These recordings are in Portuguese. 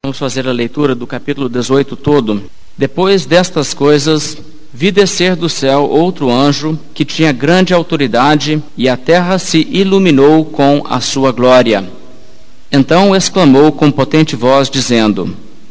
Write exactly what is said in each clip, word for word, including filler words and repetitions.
Vamos fazer a leitura do capítulo dezoito todo. Depois destas coisas, vi descer do céu outro anjo que tinha grande autoridade, e a terra se iluminou com a sua glória. Então exclamou com potente voz, dizendo: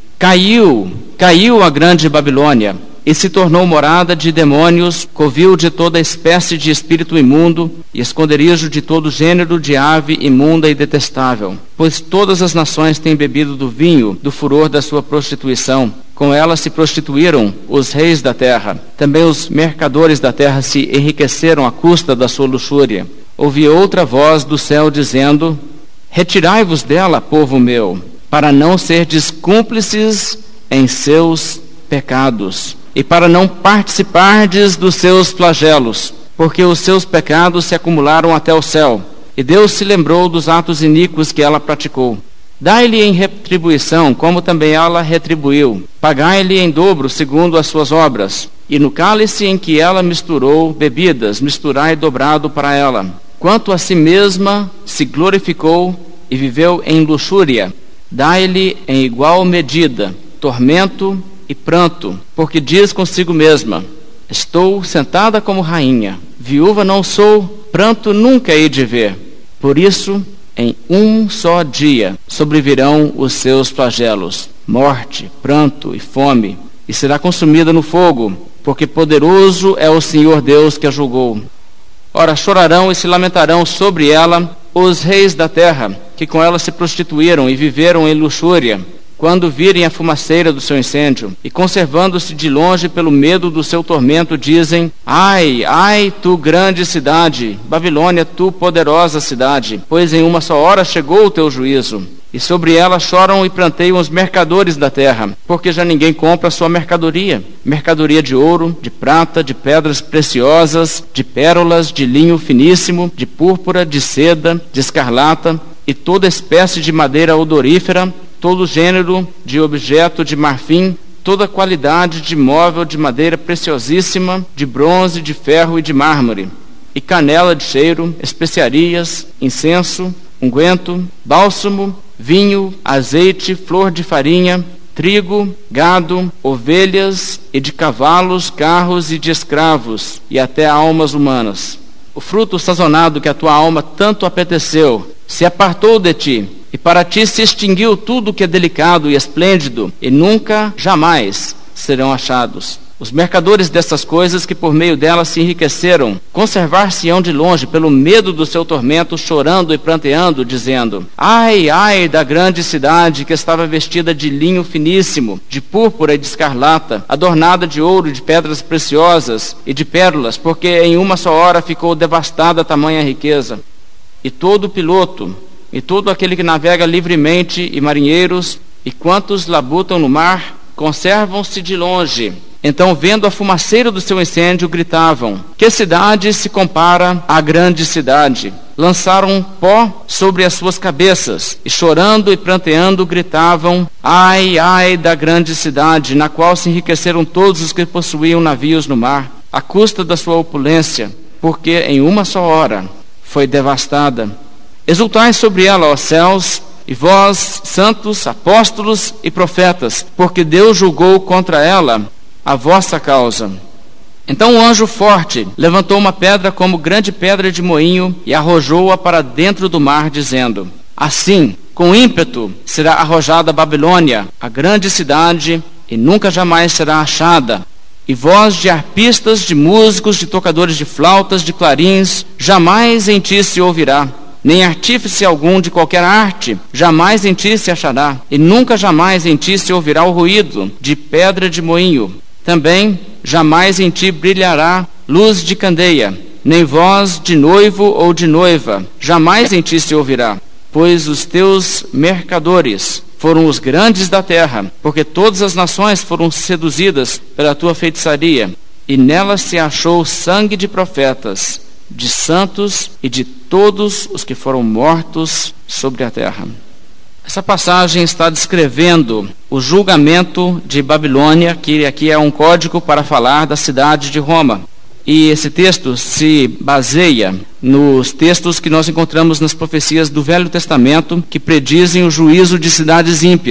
Caiu, caiu a grande Babilônia, e se tornou morada de demônios, covil de toda espécie de espírito imundo, e esconderijo de todo gênero de ave imunda e detestável. Pois todas as nações têm bebido do vinho, do furor da sua prostituição. Com ela se prostituíram os reis da terra. Também os mercadores da terra se enriqueceram à custa da sua luxúria. Ouvi outra voz do céu dizendo: Retirai-vos dela, povo meu, para não serdes cúmplices em seus pecados, e para não participardes dos seus flagelos, porque os seus pecados se acumularam até o céu, e Deus se lembrou dos atos iníquos que ela praticou. Dai-lhe em retribuição, como também ela retribuiu. Pagai-lhe em dobro, segundo as suas obras. E no cálice em que ela misturou bebidas, misturai dobrado para ela. Quanto a si mesma se glorificou e viveu em luxúria, dai-lhe em igual medida tormento e pranto, porque diz consigo mesma: estou sentada como rainha, viúva não sou, pranto nunca hei de ver. Por isso, em um só dia sobrevirão os seus flagelos, morte, pranto e fome, e será consumida no fogo, porque poderoso é o Senhor Deus que a julgou. Ora, chorarão e se lamentarão sobre ela os reis da terra, que com ela se prostituíram e viveram em luxúria, quando virem a fumaceira do seu incêndio, e conservando-se de longe pelo medo do seu tormento, dizem: ai, ai, tu grande cidade, Babilônia, tu poderosa cidade, pois em uma só hora chegou o teu juízo. E sobre ela choram e pranteiam os mercadores da terra, porque já ninguém compra a sua mercadoria, mercadoria de ouro, de prata, de pedras preciosas, de pérolas, de linho finíssimo, de púrpura, de seda, de escarlata, e toda espécie de madeira odorífera, todo gênero de objeto de marfim, toda qualidade de móvel de madeira preciosíssima, de bronze, de ferro e de mármore, e canela de cheiro, especiarias, incenso, unguento, bálsamo, vinho, azeite, flor de farinha, trigo, gado, ovelhas, e de cavalos, carros e de escravos, e até almas humanas. O fruto sazonado que a tua alma tanto apeteceu se apartou de ti, e para ti se extinguiu tudo que é delicado e esplêndido, e nunca, jamais serão achados. Os mercadores dessas coisas que por meio delas se enriqueceram, conservar-se-ão de longe pelo medo do seu tormento, chorando e pranteando, dizendo: ai, ai da grande cidade que estava vestida de linho finíssimo, de púrpura e de escarlata, adornada de ouro e de pedras preciosas e de pérolas, porque em uma só hora ficou devastada tamanha riqueza. E todo piloto, e todo aquele que navega livremente, e marinheiros, e quantos labutam no mar, conservam-se de longe. Então, vendo a fumaceira do seu incêndio, gritavam: que cidade se compara à grande cidade? Lançaram pó sobre as suas cabeças, e chorando e pranteando, gritavam: ai, ai da grande cidade, na qual se enriqueceram todos os que possuíam navios no mar, à custa da sua opulência, porque em uma só hora foi devastada. Exultai sobre ela, ó céus, e vós, santos, apóstolos e profetas, porque Deus julgou contra ela a vossa causa. Então um anjo forte levantou uma pedra como grande pedra de moinho e arrojou-a para dentro do mar, dizendo: assim, com ímpeto, será arrojada a Babilônia, a grande cidade, e nunca jamais será achada. E voz de arpistas, de músicos, de tocadores de flautas, de clarins, jamais em ti se ouvirá. Nem artífice algum de qualquer arte jamais em ti se achará, e nunca jamais em ti se ouvirá o ruído de pedra de moinho. Também jamais em ti brilhará luz de candeia, nem voz de noivo ou de noiva, jamais em ti se ouvirá, pois os teus mercadores foram os grandes da terra, porque todas as nações foram seduzidas pela tua feitiçaria, e nela se achou sangue de profetas, de santos e de todos os que foram mortos sobre a terra. Essa passagem está descrevendo o julgamento de Babilônia, que aqui é um código para falar da cidade de Roma. E esse texto se baseia nos textos que nós encontramos nas profecias do Velho Testamento, que predizem o juízo de cidades ímpias.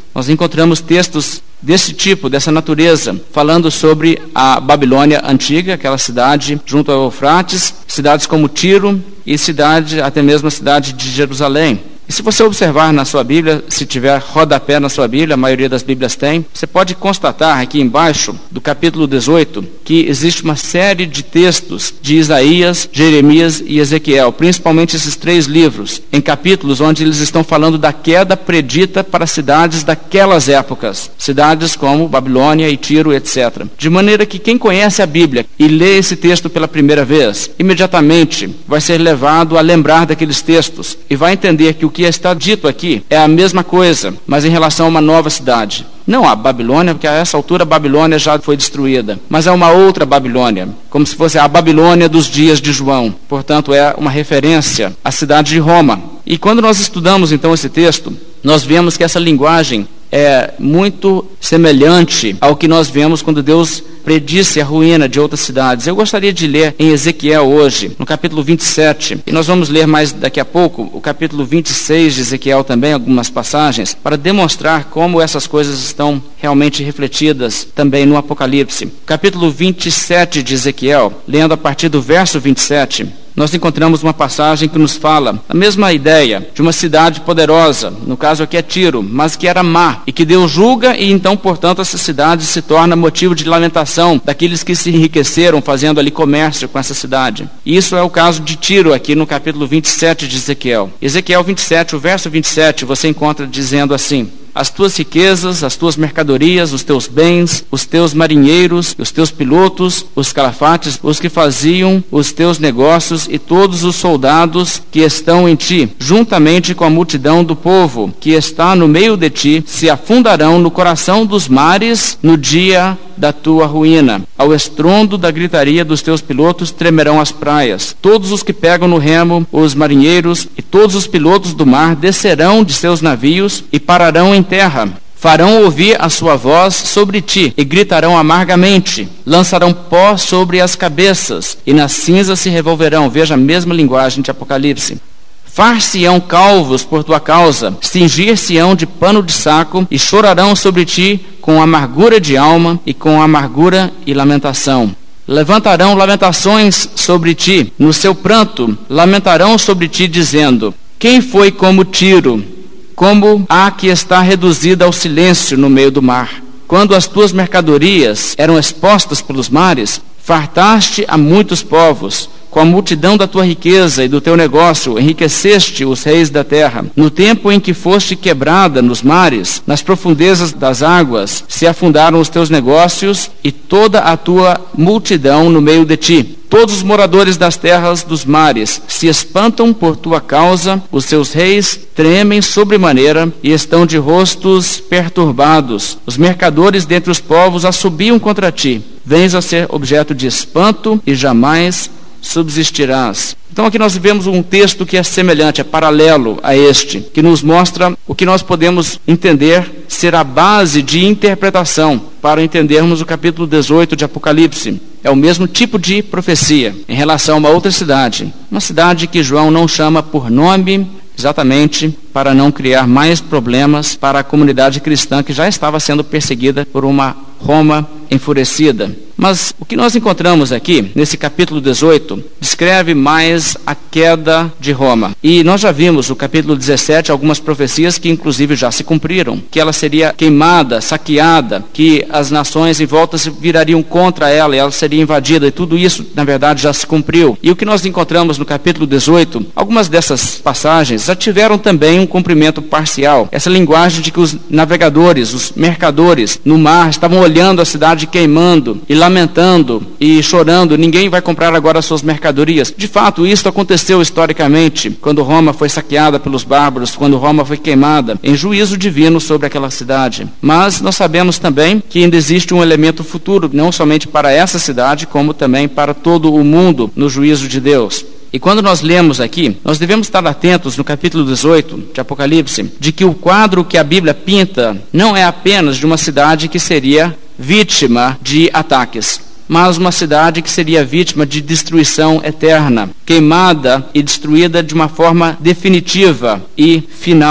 nós encontramos textos desse tipo, dessa natureza, falando sobre a Babilônia antiga, aquela cidade junto ao Eufrates, cidades como Tiro e cidade, até mesmo a cidade de Jerusalém. E se você observar na sua Bíblia, se tiver rodapé na sua Bíblia, a maioria das Bíblias tem, você pode constatar aqui embaixo do capítulo dezoito que existe uma série de textos de Isaías, Jeremias e Ezequiel, principalmente esses três livros, em capítulos onde eles estão falando da queda predita para cidades daquelas épocas, cidades como Babilônia e Tiro, etcétera. De maneira que quem conhece a Bíblia e lê esse texto pela primeira vez, imediatamente vai ser levado a lembrar daqueles textos e vai entender que o que está dito aqui é a mesma coisa, mas em relação a uma nova cidade. Não a Babilônia, porque a essa altura a Babilônia já foi destruída, mas é uma outra Babilônia, como se fosse a Babilônia dos dias de João. Portanto, é uma referência à cidade de Roma. E quando nós estudamos então esse texto, nós vemos que essa linguagem é muito semelhante ao que nós vemos quando Deus predisse a ruína de outras cidades. Eu gostaria de ler em Ezequiel hoje, no capítulo vinte e sete, e nós vamos ler mais daqui a pouco o capítulo vinte e seis de Ezequiel também, algumas passagens, para demonstrar como essas coisas estão realmente refletidas também no Apocalipse. Capítulo vinte e sete de Ezequiel, lendo a partir do verso vinte e sete, nós encontramos uma passagem que nos fala a mesma ideia de uma cidade poderosa, no caso aqui é Tiro, mas que era má, e que Deus julga, e então, portanto, essa cidade se torna motivo de lamentação daqueles que se enriqueceram fazendo ali comércio com essa cidade. E isso é o caso de Tiro aqui no capítulo vinte e sete de Ezequiel. Ezequiel vinte e sete, o verso vinte e sete, você encontra dizendo assim: as tuas riquezas, as tuas mercadorias, os teus bens, os teus marinheiros, os teus pilotos, os calafates, os que faziam os teus negócios e todos os soldados que estão em ti, juntamente com a multidão do povo que está no meio de ti, se afundarão no coração dos mares no dia da tua ruína. Ao estrondo da gritaria dos teus pilotos tremerão as praias. Todos os que pegam no remo, os marinheiros e todos os pilotos do mar descerão de seus navios e pararão em terra. Farão ouvir a sua voz sobre ti e gritarão amargamente. Lançarão pó sobre as cabeças e nas cinzas se revolverão. Veja a mesma linguagem de Apocalipse. Far-se-ão calvos por tua causa, cingir-se-ão de pano de saco e chorarão sobre ti com amargura de alma e com amargura e lamentação. Levantarão lamentações sobre ti, no seu pranto lamentarão sobre ti, dizendo: quem foi como Tiro, como a que está reduzida ao silêncio no meio do mar? Quando as tuas mercadorias eram expostas pelos mares, fartaste a muitos povos. Com a multidão da tua riqueza e do teu negócio, enriqueceste os reis da terra. No tempo em que foste quebrada nos mares, nas profundezas das águas, se afundaram os teus negócios e toda a tua multidão no meio de ti. Todos os moradores das terras dos mares se espantam por tua causa, os seus reis tremem sobremaneira e estão de rostos perturbados. Os mercadores dentre os povos assobiam contra ti. Vens a ser objeto de espanto e jamais subsistirás. Então aqui nós vemos um texto que é semelhante, é paralelo a este, que nos mostra o que nós podemos entender ser a base de interpretação para entendermos o capítulo dezoito de Apocalipse. É o mesmo tipo de profecia em relação a uma outra cidade, uma cidade que João não chama por nome, exatamente para não criar mais problemas para a comunidade cristã que já estava sendo perseguida por uma Roma enfurecida. Mas o que nós encontramos aqui, nesse capítulo dezoito, descreve mais a queda de Roma. E nós já vimos no capítulo dezessete algumas profecias que inclusive já se cumpriram, que ela seria queimada, saqueada, que as nações em volta se virariam contra ela e ela seria invadida, e tudo isso, na verdade, já se cumpriu. E o que nós encontramos no capítulo dezoito, algumas dessas passagens já tiveram também um cumprimento parcial. Essa linguagem de que os navegadores, os mercadores no mar estavam olhando a cidade queimando e lamentando e chorando, ninguém vai comprar agora as suas mercadorias. De fato, isso aconteceu historicamente, quando Roma foi saqueada pelos bárbaros, quando Roma foi queimada, em juízo divino sobre aquela cidade. Mas nós sabemos também que ainda existe um elemento futuro, não somente para essa cidade, como também para todo o mundo no juízo de Deus. E quando nós lemos aqui, nós devemos estar atentos no capítulo dezoito de Apocalipse, de que o quadro que a Bíblia pinta não é apenas de uma cidade que seria vítima de ataques, mas uma cidade que seria vítima de destruição eterna, queimada e destruída de uma forma definitiva e final.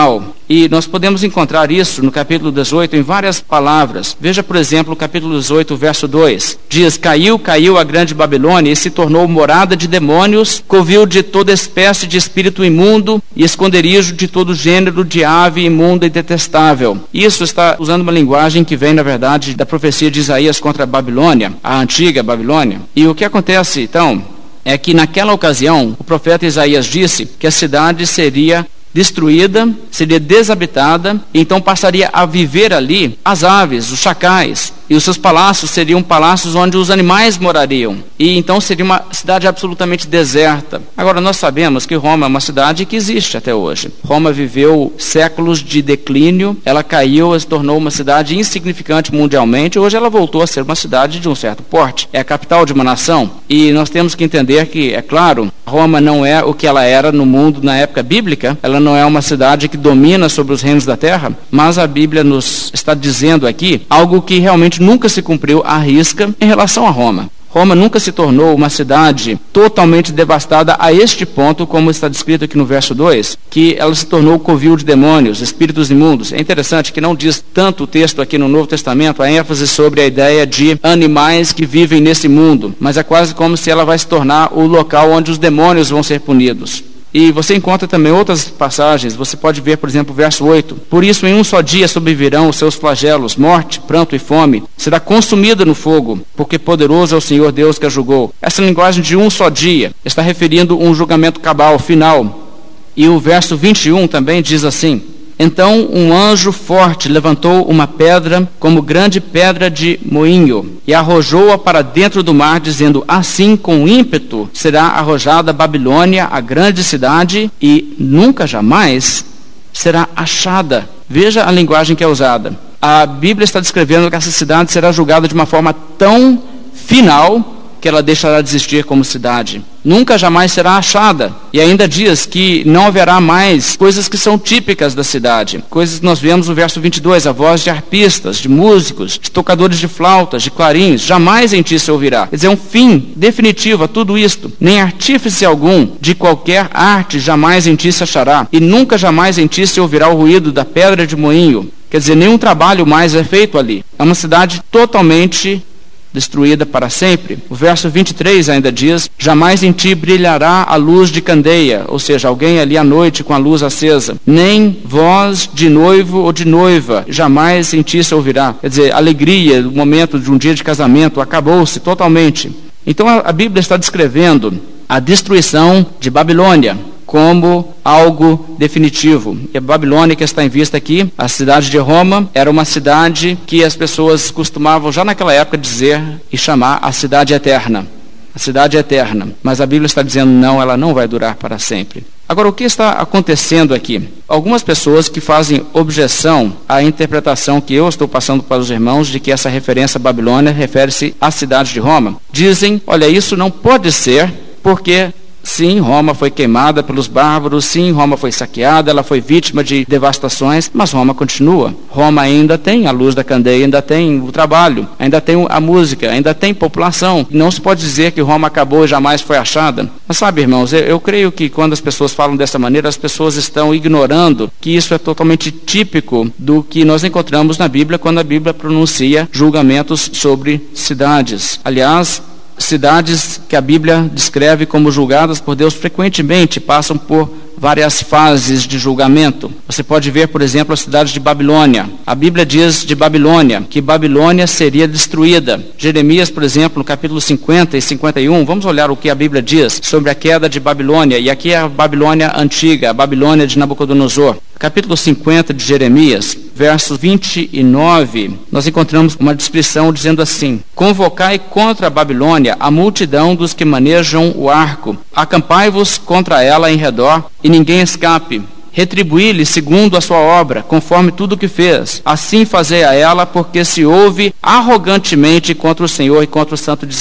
E nós podemos encontrar isso no capítulo dezoito em várias palavras. Veja, por exemplo, o capítulo dezoito, verso dois. Diz: caiu, caiu a grande Babilônia e se tornou morada de demônios, covil de toda espécie de espírito imundo e esconderijo de todo gênero de ave imunda e detestável. Isso está usando uma linguagem que vem, na verdade, da profecia de Isaías contra a Babilônia, a antiga Babilônia. E o que acontece, então, é que naquela ocasião, o profeta Isaías disse que a cidade seria destruída, seria desabitada, e então passaria a viver ali as aves, os chacais, e os seus palácios seriam palácios onde os animais morariam, e então seria uma cidade absolutamente deserta. Agora, nós sabemos que Roma é uma cidade que existe até hoje. Roma viveu séculos de declínio, ela caiu, se tornou uma cidade insignificante mundialmente. Hoje ela voltou a ser uma cidade de um certo porte, é a capital de uma nação, e nós temos que entender que, é claro, Roma não é o que ela era no mundo na época bíblica. Ela não é uma cidade que domina sobre os reinos da terra, mas a Bíblia nos está dizendo aqui algo que realmente nunca se cumpriu à risca em relação a Roma. Roma nunca se tornou uma cidade totalmente devastada a este ponto, como está descrito aqui no verso dois, que ela se tornou covil de demônios, espíritos imundos. É interessante que não diz tanto o texto aqui no Novo Testamento, a ênfase sobre a ideia de animais que vivem nesse mundo, mas é quase como se ela vai se tornar o local onde os demônios vão ser punidos. E você encontra também outras passagens. Você pode ver, por exemplo, o verso oito. Por isso, em um só dia sobrevirão os seus flagelos, morte, pranto e fome. Será consumida no fogo, porque poderoso é o Senhor Deus que a julgou. Essa linguagem de um só dia está referindo um julgamento cabal, final. E o verso vinte e um também diz assim: então um anjo forte levantou uma pedra como grande pedra de moinho e arrojou-a para dentro do mar, dizendo: assim com ímpeto será arrojada Babilônia, a grande cidade, e nunca jamais será achada. Veja a linguagem que é usada. A Bíblia está descrevendo que essa cidade será julgada de uma forma tão final que ela deixará de existir como cidade. Nunca jamais será achada. E ainda diz que não haverá mais coisas que são típicas da cidade. Coisas que nós vemos no verso vinte e dois, a voz de arpistas, de músicos, de tocadores de flautas, de clarins, jamais em ti se ouvirá. Quer dizer, um fim definitivo a tudo isto. Nem artífice algum de qualquer arte jamais em ti se achará. E nunca jamais em ti se ouvirá o ruído da pedra de moinho. Quer dizer, nenhum trabalho mais é feito ali. É uma cidade totalmente destruída para sempre. O verso vinte e três ainda diz: jamais em ti brilhará a luz de candeia, ou seja, alguém ali à noite com a luz acesa, nem voz de noivo ou de noiva, jamais em ti se ouvirá. Quer dizer, a alegria do momento de um dia de casamento acabou-se totalmente. Então a, a Bíblia está descrevendo a destruição de Babilônia como algo definitivo. E a Babilônia que está em vista aqui, a cidade de Roma, era uma cidade que as pessoas costumavam já naquela época dizer e chamar a cidade eterna. A cidade eterna. Mas a Bíblia está dizendo não, ela não vai durar para sempre. Agora, o que está acontecendo aqui? Algumas pessoas que fazem objeção à interpretação que eu estou passando para os irmãos de que essa referência à Babilônia refere-se à cidade de Roma, dizem: olha, isso não pode ser porque sim, Roma foi queimada pelos bárbaros, sim, Roma foi saqueada, ela foi vítima de devastações, mas Roma continua. Roma ainda tem a luz da candeia, ainda tem o trabalho, ainda tem a música, ainda tem população. Não se pode dizer que Roma acabou e jamais foi achada. Mas sabe, irmãos, eu, eu creio que quando as pessoas falam dessa maneira, as pessoas estão ignorando que isso é totalmente típico do que nós encontramos na Bíblia, quando a Bíblia pronuncia julgamentos sobre cidades. Aliás, cidades que a Bíblia descreve como julgadas por Deus frequentemente passam por várias fases de julgamento. Você pode ver, por exemplo, a cidade de Babilônia. A Bíblia diz de Babilônia que Babilônia seria destruída. Jeremias, por exemplo, no capítulo cinquenta e cinquenta e um, vamos olhar o que a Bíblia diz sobre a queda de Babilônia. E aqui é a Babilônia antiga, a Babilônia de Nabucodonosor. Capítulo cinquenta de Jeremias, verso vinte e nove, nós encontramos uma descrição dizendo assim: convocai contra a Babilônia a multidão dos que manejam o arco, acampai-vos contra ela em redor, e ninguém escape. Retribuí-lhe segundo a sua obra, conforme tudo o que fez. Assim fazei a ela, porque se ouve arrogantemente contra o Senhor e contra o Santo de Israel.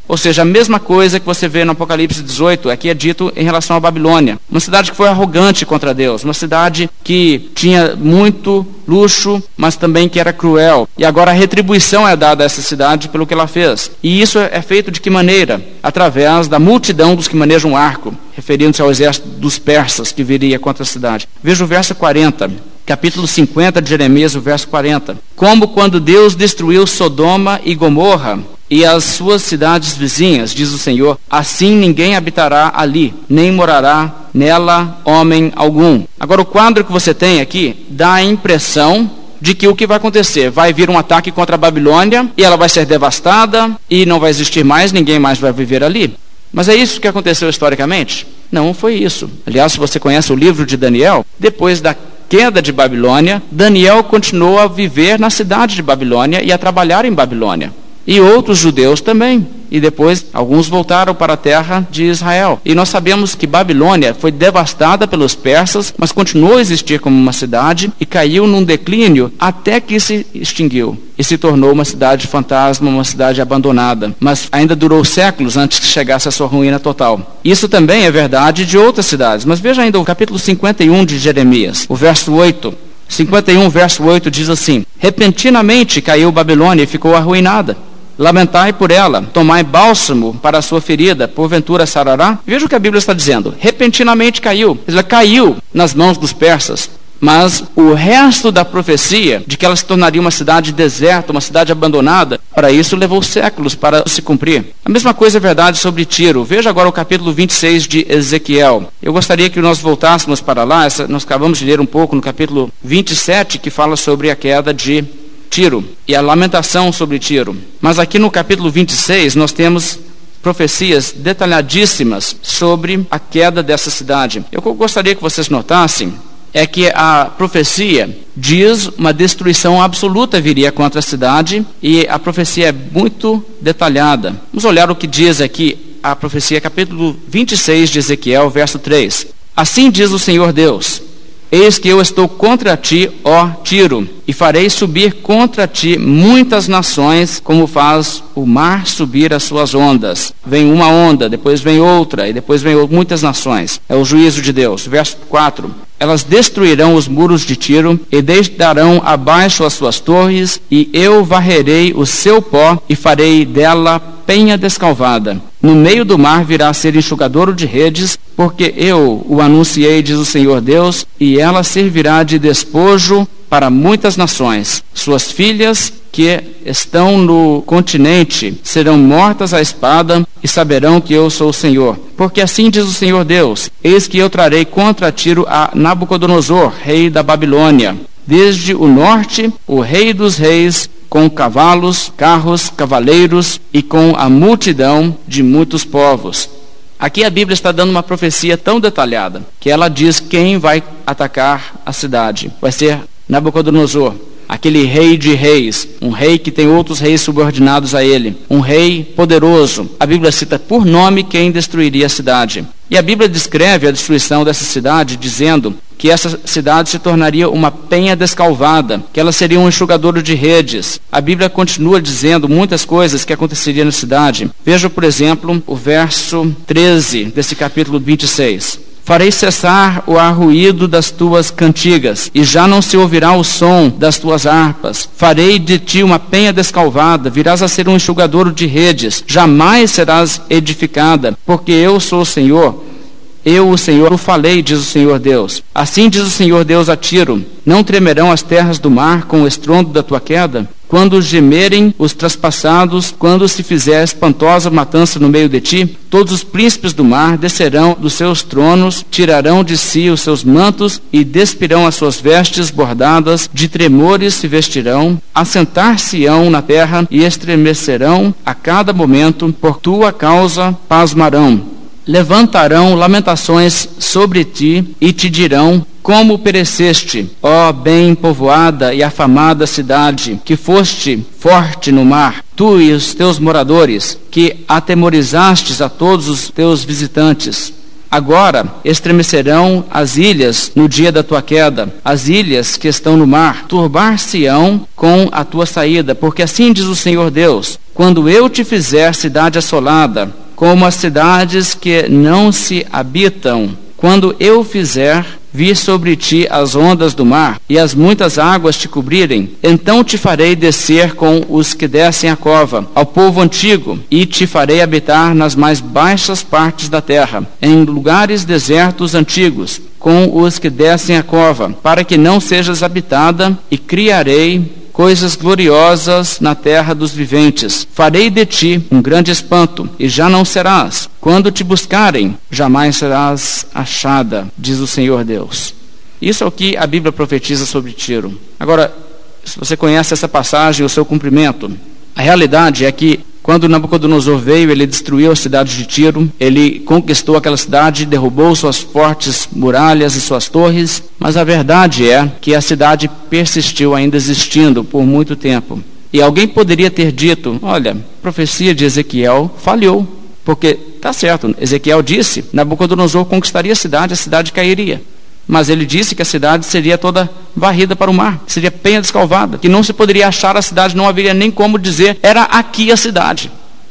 Ou seja, a mesma coisa que você vê no Apocalipse dezoito, aqui é dito em relação à Babilônia. Uma cidade que foi arrogante contra Deus, uma cidade que tinha muito luxo, mas também que era cruel. E agora a retribuição é dada a essa cidade pelo que ela fez. E isso é feito de que maneira? Através da multidão dos que manejam um arco, referindo-se ao exército dos persas que viria contra a cidade. Veja o verso quarenta. Capítulo cinquenta de Jeremias, o verso quarenta. Como quando Deus destruiu Sodoma e Gomorra e as suas cidades vizinhas, diz o Senhor, assim ninguém habitará ali, nem morará nela homem algum. Agora o quadro que você tem aqui dá a impressão de que o que vai acontecer? Vai vir um ataque contra a Babilônia e ela vai ser devastada e não vai existir mais, ninguém mais vai viver ali. Mas é isso que aconteceu historicamente? Não foi isso. Aliás, se você conhece o livro de Daniel, depois da queda de Babilônia, Daniel continuou a viver na cidade de Babilônia e a trabalhar em Babilônia. E outros judeus também. E depois, alguns voltaram para a terra de Israel. E nós sabemos que Babilônia foi devastada pelos persas, mas continuou a existir como uma cidade e caiu num declínio até que se extinguiu. E se tornou uma cidade fantasma, uma cidade abandonada. Mas ainda durou séculos antes que chegasse a sua ruína total. Isso também é verdade de outras cidades. Mas veja ainda o capítulo cinquenta e um de Jeremias, o verso oito. cinquenta e um, verso oito diz assim: repentinamente caiu Babilônia e ficou arruinada. Lamentai por ela, tomai bálsamo para a sua ferida, porventura sarará? Veja o que a Bíblia está dizendo. Repentinamente caiu. Ela caiu nas mãos dos persas. Mas o resto da profecia, de que ela se tornaria uma cidade deserta, uma cidade abandonada, para isso levou séculos para se cumprir. A mesma coisa é verdade sobre Tiro. Veja agora o capítulo vinte e seis de Ezequiel. Eu gostaria que nós voltássemos para lá. Essa, nós acabamos de ler um pouco no capítulo vinte e sete, que fala sobre a queda de Tiro e a lamentação sobre Tiro. Mas aqui no capítulo vinte e seis nós temos profecias detalhadíssimas sobre a queda dessa cidade. Eu gostaria que vocês notassem é que a profecia diz uma destruição absoluta viria contra a cidade, e a profecia é muito detalhada. Vamos olhar o que diz aqui a profecia, capítulo vinte e seis de Ezequiel, verso três. Assim diz o Senhor Deus: eis que eu estou contra ti, ó Tiro, e farei subir contra ti muitas nações, como faz o mar subir as suas ondas. Vem uma onda, depois vem outra, e depois vem muitas nações. É o juízo de Deus. Verso quatro. Elas destruirão os muros de Tiro, e deitarão abaixo as suas torres, e eu varrerei o seu pó, e farei dela penha descalvada. No meio do mar virá a ser enxugadouro de redes, porque eu o anunciei, diz o Senhor Deus, e ela servirá de despojo para muitas nações. Suas filhas que estão no continente serão mortas à espada, e saberão que eu sou o Senhor. Porque assim diz o Senhor Deus: eis que eu trarei contra Tiro a Nabucodonosor, rei da Babilônia, desde o norte, o rei dos reis, com cavalos, carros, cavaleiros e com a multidão de muitos povos. Aqui a Bíblia está dando uma profecia tão detalhada que ela diz quem vai atacar a cidade. Vai ser Nabucodonosor, aquele rei de reis, um rei que tem outros reis subordinados a ele, um rei poderoso. A Bíblia cita por nome quem destruiria a cidade. E a Bíblia descreve a destruição dessa cidade dizendo que essa cidade se tornaria uma penha descalvada, que ela seria um enxugadouro de redes. A Bíblia continua dizendo muitas coisas que aconteceriam na cidade. Veja, por exemplo, o verso treze desse capítulo vinte e seis. Farei cessar o arruído das tuas cantigas, e já não se ouvirá o som das tuas harpas. Farei de ti uma penha descalvada, virás a ser um enxugadouro de redes, jamais serás edificada, porque eu sou o Senhor. Eu, o Senhor, o falei, diz o Senhor Deus. Assim diz o Senhor Deus a Tiro: não tremerão as terras do mar com o estrondo da tua queda? Quando gemerem os traspassados, quando se fizer espantosa matança no meio de ti, todos os príncipes do mar descerão dos seus tronos, tirarão de si os seus mantos e despirão as suas vestes bordadas, de tremores se vestirão, assentar-se-ão na terra e estremecerão a cada momento, por tua causa pasmarão. Levantarão lamentações sobre ti e te dirão: como pereceste, ó bem povoada e afamada cidade, que foste forte no mar, tu e os teus moradores, que atemorizastes a todos os teus visitantes. Agora estremecerão as ilhas no dia da tua queda, as ilhas que estão no mar, turbar-se-ão com a tua saída, porque assim diz o Senhor Deus: quando eu te fizer cidade assolada, como as cidades que não se habitam, quando eu fizer vir sobre ti as ondas do mar, e as muitas águas te cobrirem, então te farei descer com os que descem a cova, ao povo antigo, e te farei habitar nas mais baixas partes da terra, em lugares desertos antigos, com os que descem a cova, para que não sejas habitada, e criarei coisas gloriosas na terra dos viventes. Farei de ti um grande espanto, e já não serás. Quando te buscarem, jamais serás achada, diz o Senhor Deus. Isso é o que a Bíblia profetiza sobre Tiro. Agora, se você conhece essa passagem, o seu cumprimento, a realidade é que quando Nabucodonosor veio, ele destruiu a cidade de Tiro, ele conquistou aquela cidade, derrubou suas fortes muralhas e suas torres, mas a verdade é que a cidade persistiu ainda existindo por muito tempo. E alguém poderia ter dito: olha, a profecia de Ezequiel falhou, porque está certo, Ezequiel disse, Nabucodonosor conquistaria a cidade, a cidade cairia. Mas ele disse que a cidade seria toda varrida para o mar, seria penha descalvada, que não se poderia achar a cidade, não haveria nem como dizer, era aqui a cidade.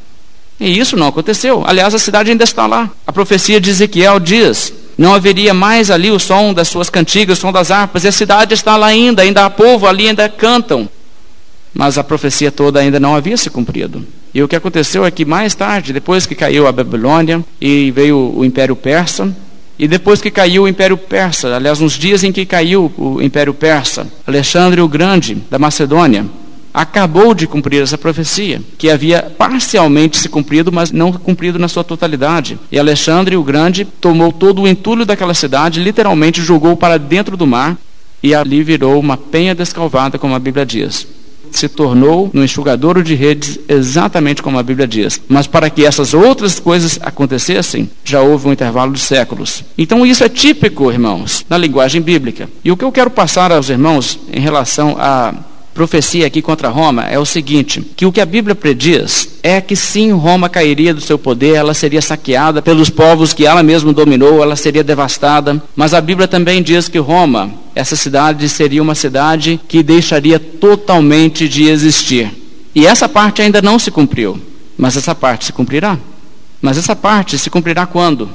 E isso não aconteceu. Aliás, a cidade ainda está lá. A profecia de Ezequiel diz: não haveria mais ali o som das suas cantigas, o som das harpas, e a cidade está lá ainda, ainda há povo ali, ainda cantam. Mas a profecia toda ainda não havia se cumprido. E o que aconteceu é que mais tarde, depois que caiu a Babilônia e veio o Império Persa, e depois que caiu o Império Persa, aliás, nos dias em que caiu o Império Persa, Alexandre o Grande, da Macedônia, acabou de cumprir essa profecia, que havia parcialmente se cumprido, mas não cumprido na sua totalidade. E Alexandre o Grande tomou todo o entulho daquela cidade, literalmente jogou para dentro do mar, e ali virou uma penha descalvada, como a Bíblia diz. Se tornou no enxugadouro de redes, exatamente como a Bíblia diz. Mas para que essas outras coisas acontecessem, já houve um intervalo de séculos. Então isso é típico, irmãos, na linguagem bíblica. E o que eu quero passar aos irmãos em relação à profecia aqui contra Roma é o seguinte: que o que a Bíblia prediz é que sim, Roma cairia do seu poder, ela seria saqueada pelos povos que ela mesma dominou, ela seria devastada. Mas a Bíblia também diz que Roma, essa cidade, seria uma cidade que deixaria totalmente de existir. E essa parte ainda não se cumpriu, mas essa parte se cumprirá. Mas essa parte se cumprirá quando?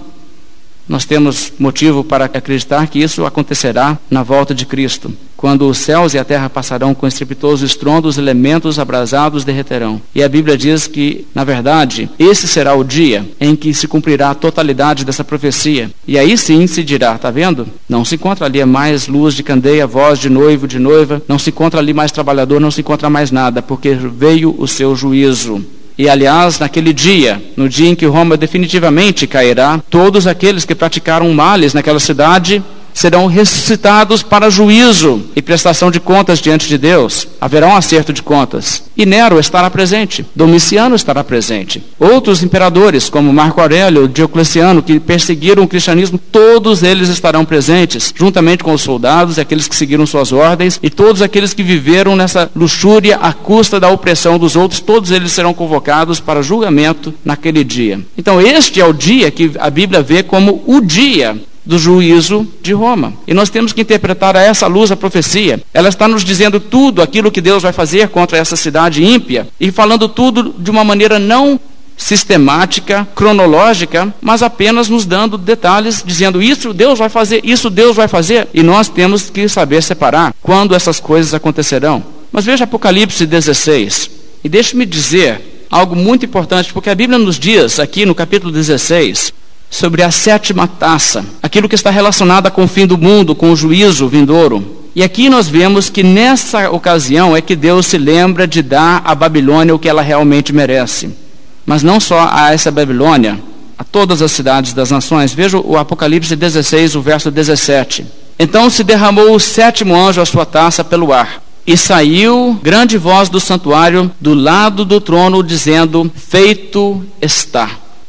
Nós temos motivo para acreditar que isso acontecerá na volta de Cristo, quando os céus e a terra passarão com estrepitoso estrondo, os elementos abrasados derreterão. E a Bíblia diz que, na verdade, esse será o dia em que se cumprirá a totalidade dessa profecia. E aí sim se dirá: está vendo? Não se encontra ali mais luz de candeia, voz de noivo, de noiva, não se encontra ali mais trabalhador, não se encontra mais nada, porque veio o seu juízo. E, aliás, naquele dia, no dia em que Roma definitivamente cairá, todos aqueles que praticaram males naquela cidade serão ressuscitados para juízo e prestação de contas diante de Deus. Haverá um acerto de contas. E Nero estará presente, Domiciano estará presente. Outros imperadores, como Marco Aurélio, Diocleciano, que perseguiram o cristianismo, todos eles estarão presentes, juntamente com os soldados e aqueles que seguiram suas ordens, e todos aqueles que viveram nessa luxúria à custa da opressão dos outros, todos eles serão convocados para julgamento naquele dia. Então este é o dia que a Bíblia vê como o dia do juízo de Roma. E nós temos que interpretar a essa luz a profecia. Ela está nos dizendo tudo aquilo que Deus vai fazer contra essa cidade ímpia, e falando tudo de uma maneira não sistemática, cronológica, mas apenas nos dando detalhes, dizendo: isso Deus vai fazer, isso Deus vai fazer, e nós temos que saber separar quando essas coisas acontecerão. Mas veja Apocalipse dezesseis, e deixe-me dizer algo muito importante, porque a Bíblia nos diz aqui no capítulo dezesseis sobre a sétima taça, aquilo que está relacionado com o fim do mundo, com o juízo vindouro. E aqui nós vemos que nessa ocasião é que Deus se lembra de dar à Babilônia o que ela realmente merece. Mas não só a essa Babilônia, a todas as cidades das nações. Veja o Apocalipse dezesseis, o verso dezessete. Então se derramou o sétimo anjo a sua taça pelo ar, e saiu grande voz do santuário do lado do trono, dizendo: feito está.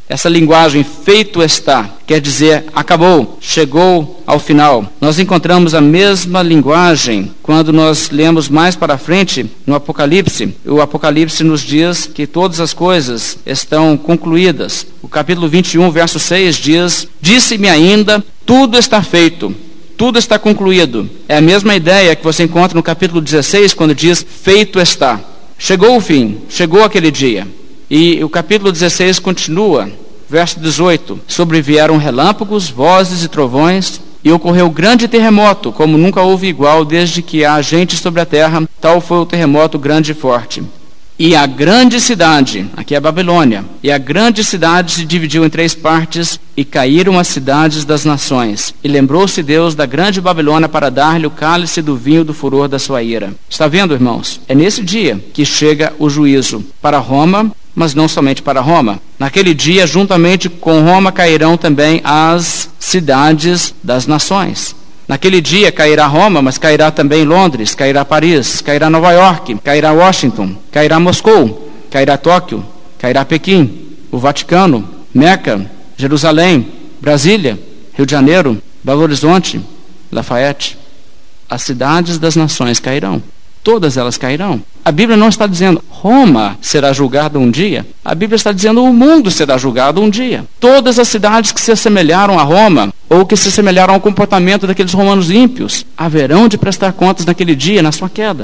Essa linguagem feito está, quer dizer acabou, chegou ao final. Nós encontramos a mesma linguagem quando nós lemos mais para frente no Apocalipse. O Apocalipse nos diz que todas as coisas estão concluídas. O capítulo vinte e um, verso seis diz: disse-me ainda, tudo está feito, tudo está concluído. É a mesma ideia que você encontra no capítulo dezesseis, quando diz feito está. Chegou o fim, chegou aquele dia. E o capítulo dezesseis continua, verso dezoito: sobrevieram relâmpagos, vozes e trovões, e ocorreu grande terremoto, como nunca houve igual desde que há gente sobre a terra, tal foi o terremoto grande e forte. E a grande cidade, aqui é a Babilônia, e a grande cidade se dividiu em três partes, e caíram as cidades das nações. E lembrou-se Deus da grande Babilônia para dar-lhe o cálice do vinho do furor da sua ira. Está vendo, irmãos? É nesse dia que chega o juízo para Roma, mas não somente para Roma. Naquele dia, juntamente com Roma, cairão também as cidades das nações. Naquele dia cairá Roma, mas cairá também Londres, cairá Paris, cairá Nova York, cairá Washington, cairá Moscou, cairá Tóquio, cairá Pequim, o Vaticano, Meca, Jerusalém, Brasília, Rio de Janeiro, Belo Horizonte, Lafayette. As cidades das nações cairão. Todas elas cairão. A Bíblia não está dizendo Roma será julgada um dia. A Bíblia está dizendo o mundo será julgado um dia. Todas as cidades que se assemelharam a Roma, ou que se assemelharam ao comportamento daqueles romanos ímpios, haverão de prestar contas naquele dia, na sua queda.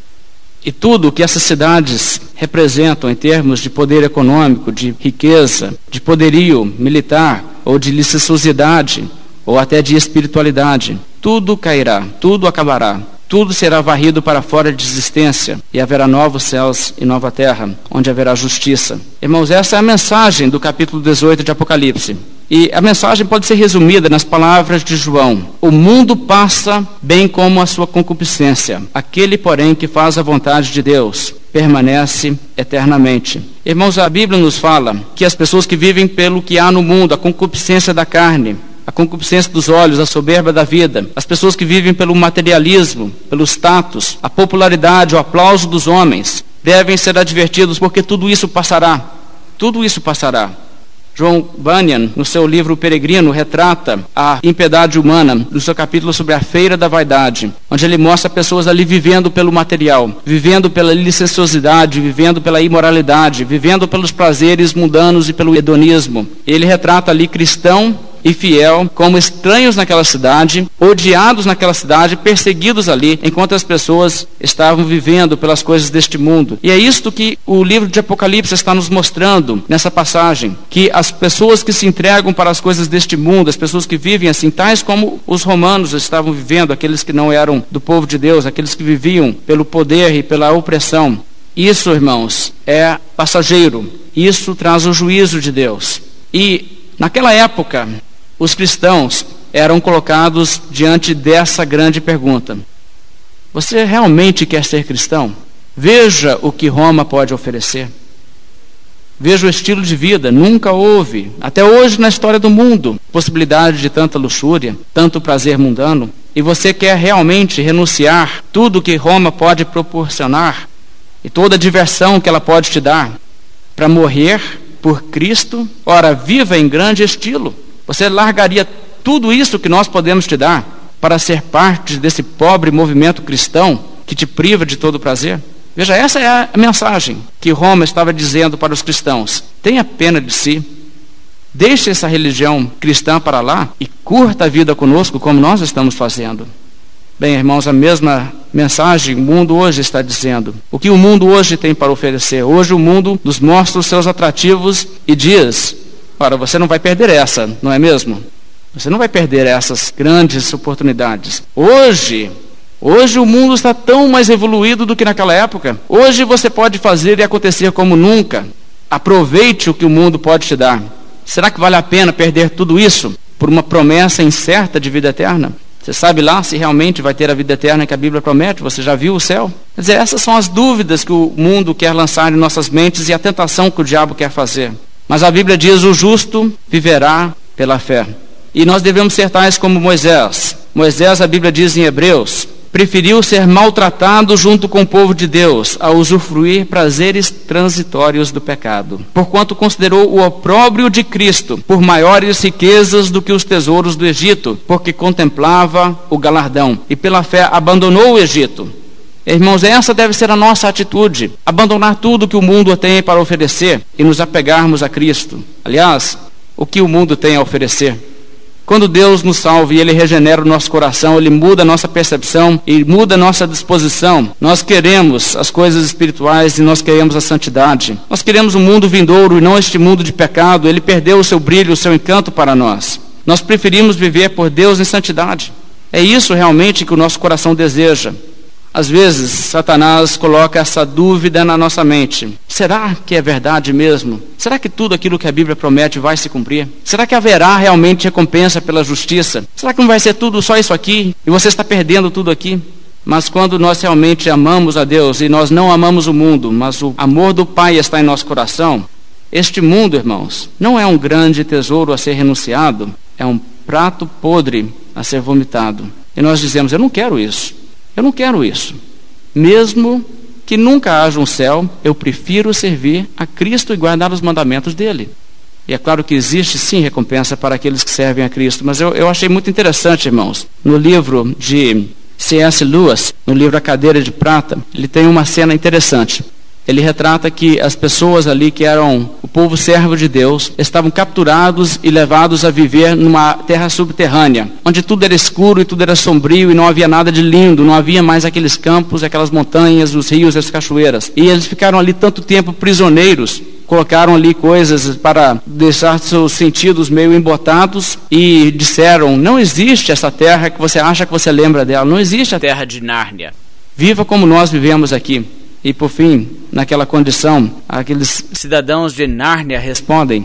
E tudo o que essas cidades representam em termos de poder econômico, de riqueza, de poderio militar, ou de licenciosidade, ou até de espiritualidade, tudo cairá, tudo acabará. Tudo será varrido para fora de existência, e haverá novos céus e nova terra, onde haverá justiça. Irmãos, essa é a mensagem do capítulo dezoito de Apocalipse. E a mensagem pode ser resumida nas palavras de João: o mundo passa, bem como a sua concupiscência. Aquele, porém, que faz a vontade de Deus permanece eternamente. Irmãos, a Bíblia nos fala que as pessoas que vivem pelo que há no mundo, a concupiscência da carne, a concupiscência dos olhos, a soberba da vida, as pessoas que vivem pelo materialismo, pelo status, a popularidade, o aplauso dos homens, devem ser advertidos, porque tudo isso passará. Tudo isso passará. John Bunyan, no seu livro O Peregrino, retrata a impiedade humana, no seu capítulo sobre a feira da vaidade, onde ele mostra pessoas ali vivendo pelo material, vivendo pela licenciosidade, vivendo pela imoralidade, vivendo pelos prazeres mundanos e pelo hedonismo. Ele retrata ali cristão e fiel como estranhos naquela cidade, odiados naquela cidade, perseguidos ali, enquanto as pessoas estavam vivendo pelas coisas deste mundo. E é isto que o livro de Apocalipse está nos mostrando nessa passagem, que as pessoas que se entregam para as coisas deste mundo, as pessoas que vivem assim, tais como os romanos estavam vivendo, aqueles que não eram do povo de Deus, aqueles que viviam pelo poder e pela opressão. Isso, irmãos, é passageiro. Isso traz o juízo de Deus. E naquela época, os cristãos eram colocados diante dessa grande pergunta: você realmente quer ser cristão? Veja o que Roma pode oferecer. Veja o estilo de vida. Nunca houve, até hoje na história do mundo, possibilidade de tanta luxúria, tanto prazer mundano. E você quer realmente renunciar tudo que Roma pode proporcionar e toda a diversão que ela pode te dar para morrer por Cristo? Ora, viva em grande estilo. Você largaria tudo isso que nós podemos te dar para ser parte desse pobre movimento cristão que te priva de todo prazer? Veja, essa é a mensagem que Roma estava dizendo para os cristãos: tenha pena de si, deixe essa religião cristã para lá e curta a vida conosco como nós estamos fazendo. Bem, irmãos, a mesma mensagem o mundo hoje está dizendo. O que o mundo hoje tem para oferecer? Hoje o mundo nos mostra os seus atrativos e diz: ora, você não vai perder essa, não é mesmo? Você não vai perder essas grandes oportunidades. Hoje, hoje o mundo está tão mais evoluído do que naquela época. Hoje você pode fazer e acontecer como nunca. Aproveite o que o mundo pode te dar. Será que vale a pena perder tudo isso por uma promessa incerta de vida eterna? Você sabe lá se realmente vai ter a vida eterna que a Bíblia promete? Você já viu o céu? Quer dizer, essas são as dúvidas que o mundo quer lançar em nossas mentes e a tentação que o diabo quer fazer. Mas a Bíblia diz: o justo viverá pela fé. E nós devemos ser tais como Moisés. Moisés, a Bíblia diz em Hebreus, Preferiu ser maltratado junto com o povo de Deus, a usufruir prazeres transitórios do pecado, porquanto considerou o opróbrio de Cristo por maiores riquezas do que os tesouros do Egito, porque contemplava o galardão, e pela fé abandonou o Egito. Irmãos, essa deve ser a nossa atitude, abandonar tudo que o mundo tem para oferecer e nos apegarmos a Cristo. Aliás, o que o mundo tem a oferecer? Quando Deus nos salva e Ele regenera o nosso coração, Ele muda a nossa percepção e muda a nossa disposição. Nós queremos as coisas espirituais e nós queremos a santidade. Nós queremos um mundo vindouro e não este mundo de pecado. Ele perdeu o seu brilho, o seu encanto para nós. Nós preferimos viver por Deus em santidade. É isso realmente que o nosso coração deseja. Às vezes, Satanás coloca essa dúvida na nossa mente. Será que é verdade mesmo? Será que tudo aquilo que a Bíblia promete vai se cumprir? Será que haverá realmente recompensa pela justiça? Será que não vai ser tudo só isso aqui? E você está perdendo tudo aqui? Mas quando nós realmente amamos a Deus, e nós não amamos o mundo, mas o amor do Pai está em nosso coração, este mundo, irmãos, não é um grande tesouro a ser renunciado, é um prato podre a ser vomitado. E nós dizemos, eu não quero isso. Eu não quero isso. Mesmo que nunca haja um céu, eu prefiro servir a Cristo e guardar os mandamentos dele. E é claro que existe sim recompensa para aqueles que servem a Cristo, mas eu, eu achei muito interessante, irmãos, no livro de C S Lewis, no livro A Cadeira de Prata, ele tem uma cena interessante. Ele retrata que as pessoas ali que eram o povo servo de Deus estavam capturados e levados a viver numa terra subterrânea, onde tudo era escuro e tudo era sombrio e não havia nada de lindo, não havia mais aqueles campos, aquelas montanhas, os rios e as cachoeiras. E eles ficaram ali tanto tempo prisioneiros, colocaram ali coisas para deixar seus sentidos meio embotados e disseram, não existe essa terra que você acha que você lembra dela, não existe a terra de Nárnia. Viva como nós vivemos aqui. E por fim, naquela condição, aqueles cidadãos de Nárnia respondem,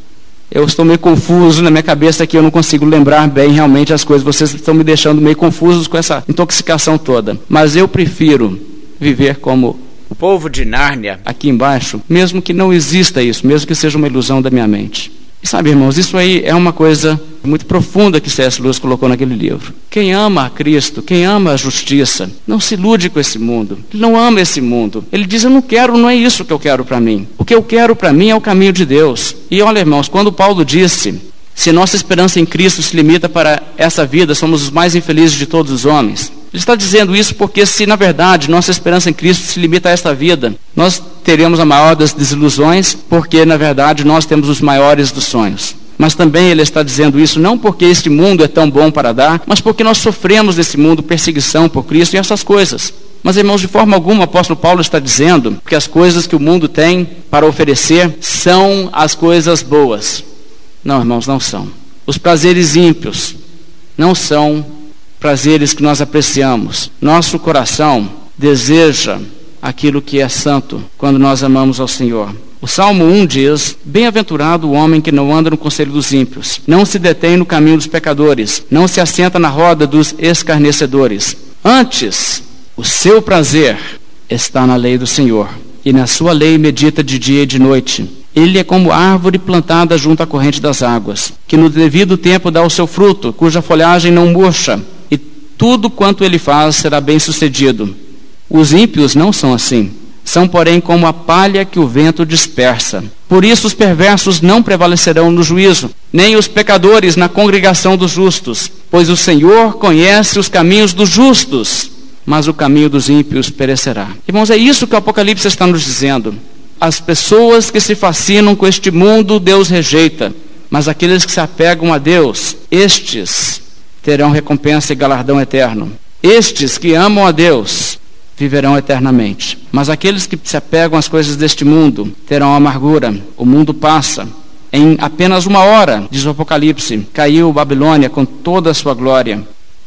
eu estou meio confuso na minha cabeça aqui, eu não consigo lembrar bem realmente as coisas, vocês estão me deixando meio confusos com essa intoxicação toda, mas eu prefiro viver como o povo de Nárnia aqui embaixo, mesmo que não exista isso, mesmo que seja uma ilusão da minha mente. E sabe, irmãos, isso aí é uma coisa muito profunda que C S Lewis colocou naquele livro. Quem ama a Cristo, quem ama a justiça, não se ilude com esse mundo. Ele não ama esse mundo. Ele diz, eu não quero, não é isso que eu quero para mim. O que eu quero para mim é o caminho de Deus. E olha, irmãos, quando Paulo disse, se nossa esperança em Cristo se limita para essa vida, somos os mais infelizes de todos os homens. Ele está dizendo isso porque se na verdade nossa esperança em Cristo se limita a esta vida, nós teremos a maior das desilusões, porque na verdade nós temos os maiores dos sonhos. Mas também ele está dizendo isso não porque este mundo é tão bom para dar, mas porque nós sofremos nesse mundo perseguição por Cristo e essas coisas. Mas irmãos, de forma alguma o apóstolo Paulo está dizendo que as coisas que o mundo tem para oferecer são as coisas boas. Não, irmãos, não são. Os prazeres ímpios não são prazeres que nós apreciamos. Nosso coração deseja aquilo que é santo quando nós amamos ao Senhor. O Salmo um diz, bem-aventurado o homem que não anda no conselho dos ímpios, não se detém no caminho dos pecadores, não se assenta na roda dos escarnecedores. Antes, o seu prazer está na lei do Senhor, e na sua lei medita de dia e de noite. Ele é como árvore plantada junto à corrente das águas, que no devido tempo dá o seu fruto, cuja folhagem não murcha, e tudo quanto ele faz será bem sucedido. Os ímpios não são assim. São, porém, como a palha que o vento dispersa. Por isso os perversos não prevalecerão no juízo, nem os pecadores na congregação dos justos. Pois o Senhor conhece os caminhos dos justos, mas o caminho dos ímpios perecerá. Irmãos, é isso que o Apocalipse está nos dizendo. As pessoas que se fascinam com este mundo, Deus rejeita. Mas aqueles que se apegam a Deus, estes terão recompensa e galardão eterno. Estes que amam a Deus viverão eternamente. Mas aqueles que se apegam às coisas deste mundo terão amargura. O mundo passa. Em apenas uma hora, diz o Apocalipse, caiu Babilônia com toda a sua glória.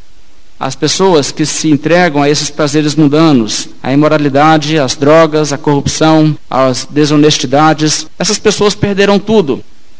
As pessoas que se entregam a esses prazeres mundanos, a imoralidade, as drogas, a corrupção, as desonestidades, essas pessoas perderão tudo.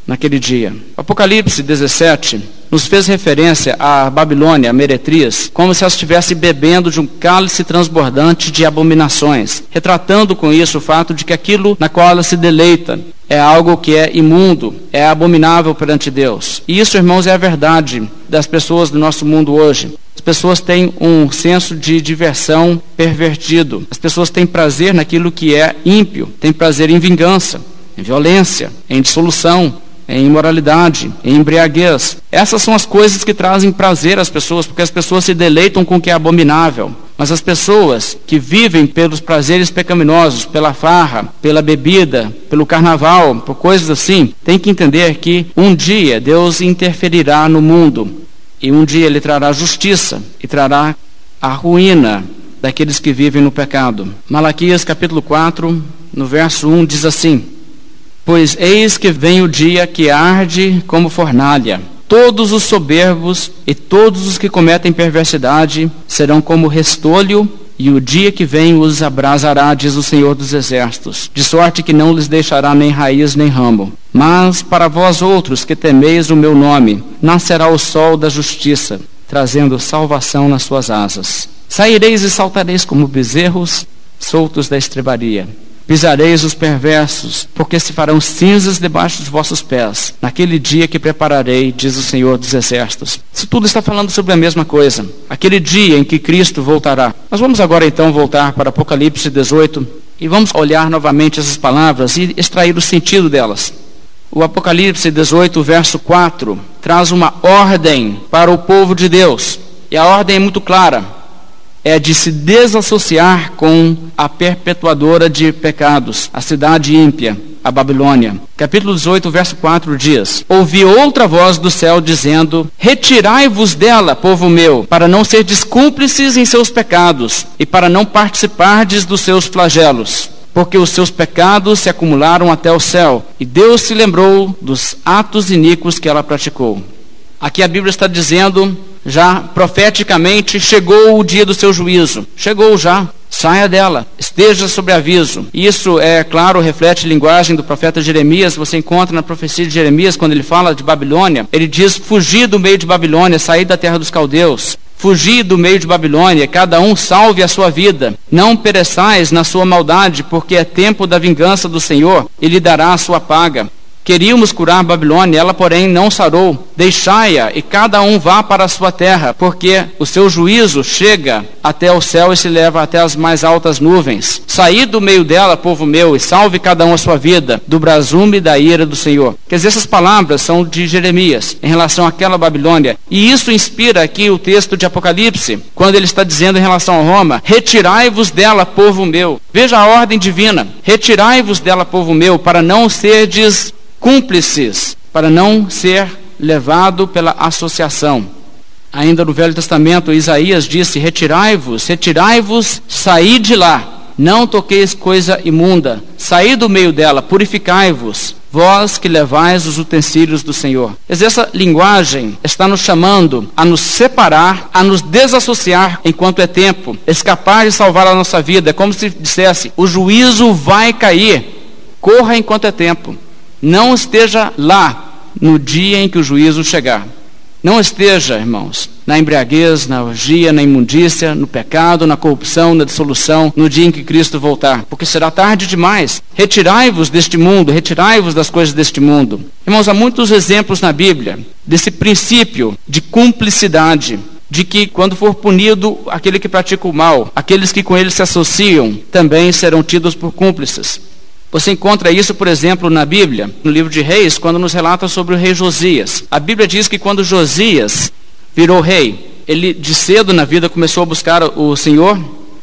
naquele dia. Apocalipse dezessete nos fez referência à Babilônia, a meretriz, como se ela estivesse bebendo de um cálice transbordante de abominações, retratando com isso o fato de que aquilo na qual ela se deleita é algo que é imundo, é abominável perante Deus. E isso, irmãos, é a verdade das pessoas do nosso mundo hoje. As pessoas têm um senso de diversão pervertido. As pessoas têm prazer naquilo que é ímpio, têm prazer em vingança, em violência, em dissolução, em imoralidade, em embriaguez. Essas são as coisas que trazem prazer às pessoas, porque as pessoas se deleitam com o que é abominável. Mas as pessoas que vivem pelos prazeres pecaminosos, pela farra, pela bebida, pelo carnaval, por coisas assim, têm que entender que um dia Deus interferirá no mundo, e um dia Ele trará justiça e trará a ruína daqueles que vivem no pecado. Malaquias capítulo quatro, no verso um, diz assim: pois eis que vem o dia que arde como fornalha. Todos os soberbos e todos os que cometem perversidade serão como restolho, e o dia que vem os abrasará, diz o Senhor dos Exércitos, de sorte que não lhes deixará nem raiz nem ramo. Mas para vós outros que temeis o meu nome, nascerá o sol da justiça, trazendo salvação nas suas asas. Saireis e saltareis como bezerros soltos da estrebaria. Pisareis os perversos, porque se farão cinzas debaixo dos vossos pés, naquele dia que prepararei, diz o Senhor dos Exércitos. Isso tudo está falando sobre a mesma coisa, aquele dia em que Cristo voltará. Nós vamos agora então voltar para Apocalipse dezoito e vamos olhar novamente essas palavras e extrair o sentido delas. O Apocalipse dezoito, verso quatro, traz uma ordem para o povo de Deus, e a ordem é muito clara. É de se desassociar com a perpetuadora de pecados, a cidade ímpia, a Babilônia. Capítulo dezoito, verso quatro diz: ouvi outra voz do céu dizendo: retirai-vos dela, povo meu, para não serdes cúmplices em seus pecados, e para não participardes dos seus flagelos. Porque os seus pecados se acumularam até o céu, e Deus se lembrou dos atos iníquos que ela praticou. Aqui a Bíblia está dizendo, já profeticamente, chegou o dia do seu juízo. Chegou já. Saia dela. Esteja sob aviso. Isso, é claro, reflete a linguagem do profeta Jeremias. Você encontra na profecia de Jeremias, quando ele fala de Babilônia, ele diz: fugir do meio de Babilônia, sair da terra dos caldeus. Fugir do meio de Babilônia, cada um salve a sua vida. Não pereçais na sua maldade, porque é tempo da vingança do Senhor, e lhe dará a sua paga. Queríamos curar a Babilônia, ela porém não sarou. Deixai-a e cada um vá para a sua terra, porque o seu juízo chega até o céu e se leva até as mais altas nuvens. Saí do meio dela, povo meu, e salve cada um a sua vida, do brasume da ira do Senhor. Quer dizer, essas palavras são de Jeremias, em relação àquela Babilônia. E isso inspira aqui o texto de Apocalipse, quando ele está dizendo em relação a Roma: retirai-vos dela, povo meu. Veja a ordem divina: retirai-vos dela, povo meu, para não serdes cúmplices, para não ser levado pela associação. Ainda no Velho Testamento, Isaías disse: retirai-vos, retirai-vos, saí de lá, não toqueis coisa imunda, saí do meio dela, purificai-vos, vós que levais os utensílios do Senhor. Mas essa linguagem está nos chamando a nos separar, a nos desassociar enquanto é tempo, escapar e salvar a nossa vida. É como se dissesse: o juízo vai cair, corra enquanto é tempo. Não esteja lá no dia em que o juízo chegar. Não esteja, irmãos, na embriaguez, na orgia, na imundícia, no pecado, na corrupção, na dissolução, no dia em que Cristo voltar, porque será tarde demais. Retirai-vos deste mundo, retirai-vos das coisas deste mundo. Irmãos, há muitos exemplos na Bíblia desse princípio de cumplicidade, de que quando for punido aquele que pratica o mal, aqueles que com ele se associam também serão tidos por cúmplices. Você encontra isso, por exemplo, na Bíblia, no livro de Reis, quando nos relata sobre o rei Josias. A Bíblia diz que quando Josias virou rei, ele de cedo na vida começou a buscar o Senhor,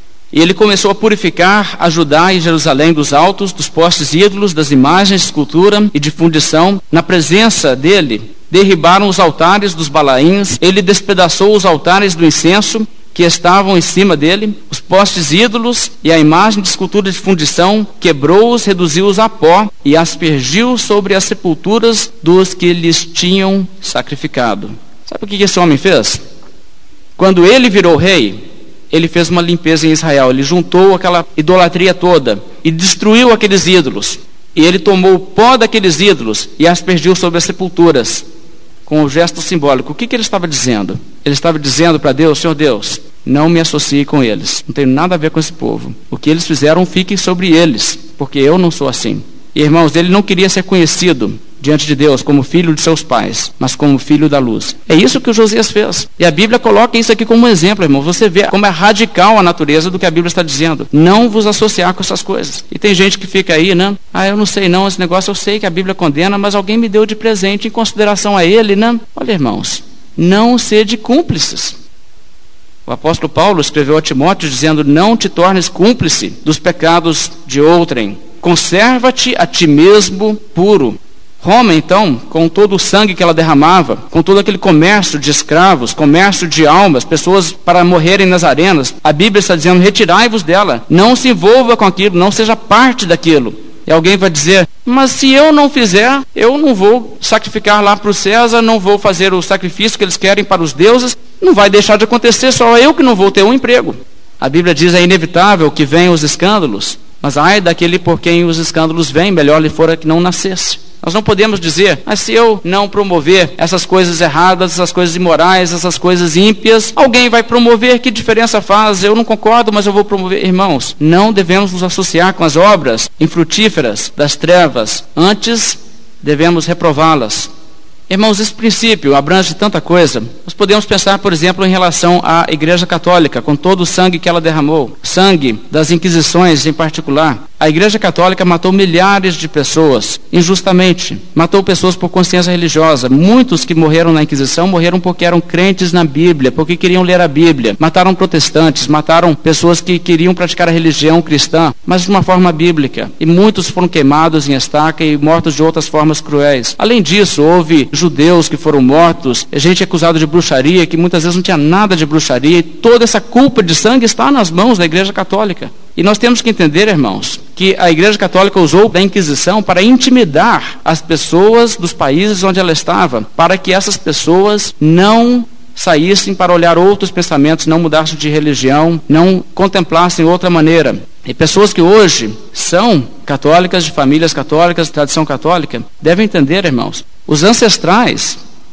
e ele começou a purificar a Judá e Jerusalém dos altos, dos postes ídolos, das imagens de escultura e de fundição. Na presença dele, derribaram os altares dos Balaíns, ele despedaçou os altares do incenso que estavam em cima dele, os postes ídolos e a imagem de escultura de fundição, quebrou-os, reduziu-os a pó e aspergiu sobre as sepulturas dos que lhes tinham sacrificado. Sabe o que esse homem fez? Quando ele virou rei, ele fez uma limpeza em Israel. Ele juntou aquela idolatria toda e destruiu aqueles ídolos. E ele tomou o pó daqueles ídolos e aspergiu sobre as sepulturas, com o gesto simbólico. O que, que ele estava dizendo? Ele estava dizendo para Deus: Senhor Deus, não me associe com eles, não tenho nada a ver com esse povo. O que eles fizeram fique sobre eles, porque eu não sou assim. E irmãos, ele não queria ser conhecido diante de Deus como filho de seus pais, mas como filho da luz. É isso que o Josias fez. E a Bíblia coloca isso aqui como um exemplo, irmãos. Você vê como é radical a natureza do que a Bíblia está dizendo. Não vos associar com essas coisas. E tem gente que fica aí, né? Ah, eu não sei não, esse negócio eu sei que a Bíblia condena, mas alguém me deu de presente em consideração a ele, né? Olha, irmãos, não sede cúmplices. O apóstolo Paulo escreveu a Timóteo dizendo: não te tornes cúmplice dos pecados de outrem. Conserva-te a ti mesmo puro. Roma, então, com todo o sangue que ela derramava, com todo aquele comércio de escravos, comércio de almas, pessoas para morrerem nas arenas, a Bíblia está dizendo: retirai-vos dela, não se envolva com aquilo, não seja parte daquilo. E alguém vai dizer: mas se eu não fizer, eu não vou sacrificar lá para o César, não vou fazer o sacrifício que eles querem para os deuses, não vai deixar de acontecer, só eu que não vou ter um emprego. A Bíblia diz: é inevitável que venham os escândalos, mas ai daquele por quem os escândalos vêm, melhor lhe fora que não nascesse. Nós não podemos dizer: mas se eu não promover essas coisas erradas, essas coisas imorais, essas coisas ímpias, alguém vai promover, que diferença faz? Eu não concordo, mas eu vou promover. Irmãos, não devemos nos associar com as obras infrutíferas das trevas, antes devemos reprová-las. Irmãos, esse princípio abrange tanta coisa. Nós podemos pensar, por exemplo, em relação à Igreja Católica, com todo o sangue que ela derramou, sangue das Inquisições em particular. A Igreja Católica matou milhares de pessoas injustamente, matou pessoas por consciência religiosa. Muitos que morreram na Inquisição morreram porque eram crentes na Bíblia, porque queriam ler a Bíblia. Mataram protestantes, mataram pessoas que queriam praticar a religião cristã, mas de uma forma bíblica. E muitos foram queimados em estaca e mortos de outras formas cruéis. Além disso, houve judeus que foram mortos, gente acusada de bruxaria, que muitas vezes não tinha nada de bruxaria, e toda essa culpa de sangue está nas mãos da Igreja Católica. E nós temos que entender, irmãos, que a Igreja Católica usou da Inquisição para intimidar as pessoas dos países onde ela estava, para que essas pessoas não saíssem para olhar outros pensamentos, não mudassem de religião, não contemplassem outra maneira. E pessoas que hoje são católicas, de famílias católicas, de tradição católica, devem entender, irmãos, os ancestrais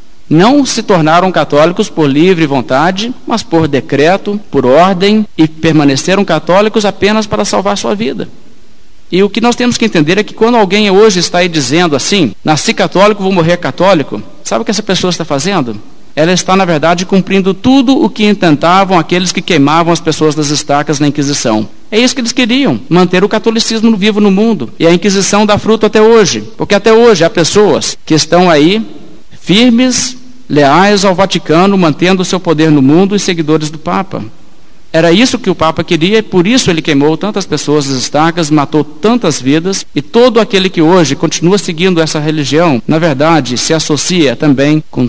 não se tornaram católicos por livre vontade, mas por decreto, por ordem, e permaneceram católicos apenas para salvar sua vida. E o que nós temos que entender é que quando alguém hoje está aí dizendo assim: nasci católico, vou morrer católico, sabe o que essa pessoa está fazendo? Ela está, na verdade, cumprindo tudo o que intentavam aqueles que queimavam as pessoas das estacas na Inquisição. É isso que eles queriam, manter o catolicismo vivo no mundo. E a Inquisição dá fruto até hoje, porque até hoje há pessoas que estão aí firmes, leais ao Vaticano, mantendo o seu poder no mundo, e seguidores do Papa. Era isso que o Papa queria, e por isso ele queimou tantas pessoas das estacas, matou tantas vidas, e todo aquele que hoje continua seguindo essa religião, na verdade, se associa também com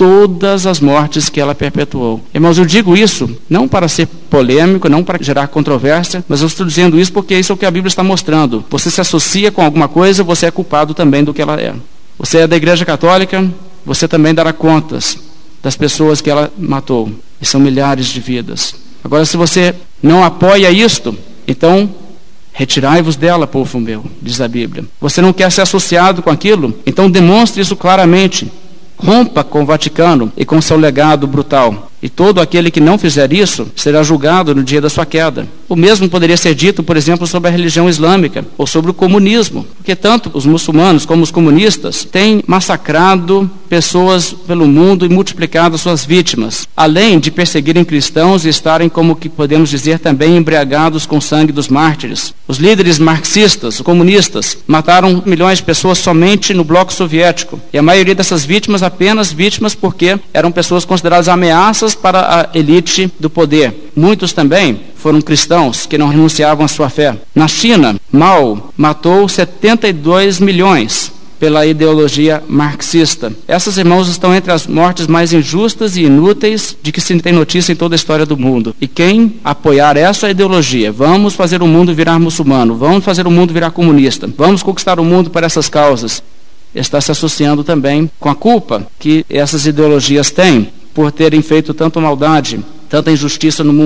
todas as mortes que ela perpetuou. Irmãos, eu digo isso não para ser polêmico, não para gerar controvérsia, mas eu estou dizendo isso porque isso é o que a Bíblia está mostrando. Você se associa com alguma coisa, você é culpado também do que ela é. Você é da Igreja Católica, você também dará contas das pessoas que ela matou. E são milhares de vidas. Agora, se você não apoia isto, então retirai-vos dela, povo meu, diz a Bíblia. Você não quer ser associado com aquilo? Então demonstre isso claramente. Rompa com o Vaticano e com seu legado brutal. E todo aquele que não fizer isso será julgado no dia da sua queda. O mesmo poderia ser dito, por exemplo, sobre a religião islâmica ou sobre o comunismo, porque tanto os muçulmanos como os comunistas têm massacrado pessoas pelo mundo e multiplicado suas vítimas, além de perseguirem cristãos e estarem, como que podemos dizer, também embriagados com o sangue dos mártires. Os líderes marxistas, comunistas, mataram milhões de pessoas somente no bloco soviético, e a maioria dessas vítimas apenas vítimas porque eram pessoas consideradas ameaças para a elite do poder. Muitos também foram cristãos que não renunciavam à sua fé. Na China, Mao matou setenta e dois milhões pela ideologia marxista. Essas, irmãos, estão entre as mortes mais injustas e inúteis de que se tem notícia em toda a história do mundo. E quem apoiar essa ideologia, vamos fazer o mundo virar muçulmano, vamos fazer o mundo virar comunista, vamos conquistar o mundo para essas causas, está se associando também com a culpa que essas ideologias têm por terem feito tanta maldade, tanta injustiça no mundo.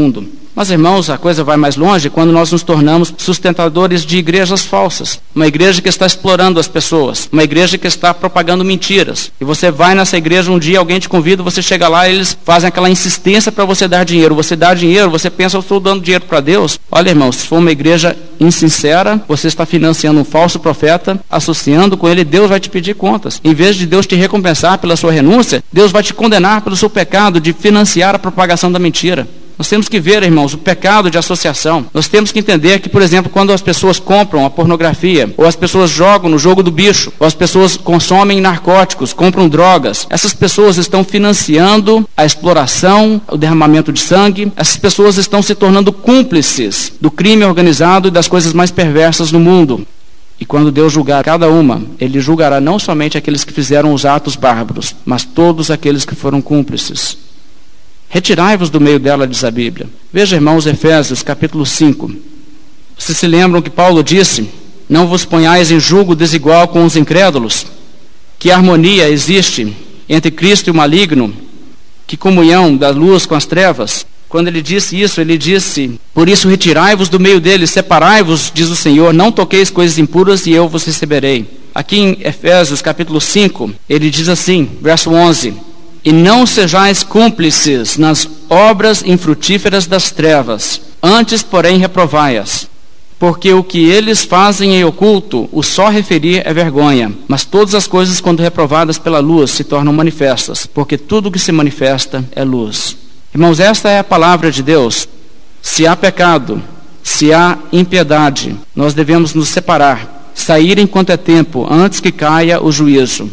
Mas, irmãos, a coisa vai mais longe quando nós nos tornamos sustentadores de igrejas falsas. Uma igreja que está explorando as pessoas. Uma igreja que está propagando mentiras. E você vai nessa igreja um dia, alguém te convida, você chega lá e eles fazem aquela insistência para você dar dinheiro. Você dá dinheiro, você pensa, eu estou dando dinheiro para Deus. Olha, irmãos, se for uma igreja insincera, você está financiando um falso profeta, associando com ele, Deus vai te pedir contas. Em vez de Deus te recompensar pela sua renúncia, Deus vai te condenar pelo seu pecado de financiar a propagação da mentira. Nós temos que ver, irmãos, o pecado de associação. Nós temos que entender que, por exemplo, quando as pessoas compram a pornografia, ou as pessoas jogam no jogo do bicho, ou as pessoas consomem narcóticos, compram drogas, essas pessoas estão financiando a exploração, o derramamento de sangue, essas pessoas estão se tornando cúmplices do crime organizado e das coisas mais perversas no mundo. E quando Deus julgar cada uma, Ele julgará não somente aqueles que fizeram os atos bárbaros, mas todos aqueles que foram cúmplices. Retirai-vos do meio dela, diz a Bíblia. Veja, irmãos, Efésios, capítulo cinco. Vocês se lembram que Paulo disse, não vos ponhais em julgo desigual com os incrédulos? Que harmonia existe entre Cristo e o maligno? Que comunhão da luz com as trevas? Quando ele disse isso, ele disse, por isso retirai-vos do meio deles, separai-vos, diz o Senhor, não toqueis coisas impuras e eu vos receberei. Aqui em Efésios, capítulo cinco, ele diz assim, verso onze, e não sejais cúmplices nas obras infrutíferas das trevas, antes, porém, reprovai-as. Porque o que eles fazem em oculto, o só referir é vergonha. Mas todas as coisas, quando reprovadas pela luz, se tornam manifestas, porque tudo o que se manifesta é luz. Irmãos, esta é a palavra de Deus. Se há pecado, se há impiedade, nós devemos nos separar, sair enquanto é tempo, antes que caia o juízo.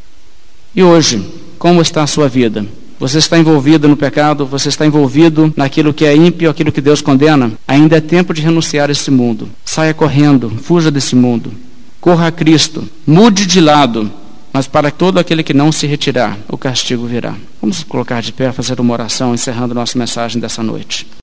E hoje, como está a sua vida? Você está envolvido no pecado? Você está envolvido naquilo que é ímpio, aquilo que Deus condena? Ainda é tempo de renunciar a esse mundo. Saia correndo, fuja desse mundo. Corra a Cristo, mude de lado. Mas para todo aquele que não se retirar, o castigo virá. Vamos colocar de pé, fazer uma oração, encerrando nossa mensagem dessa noite.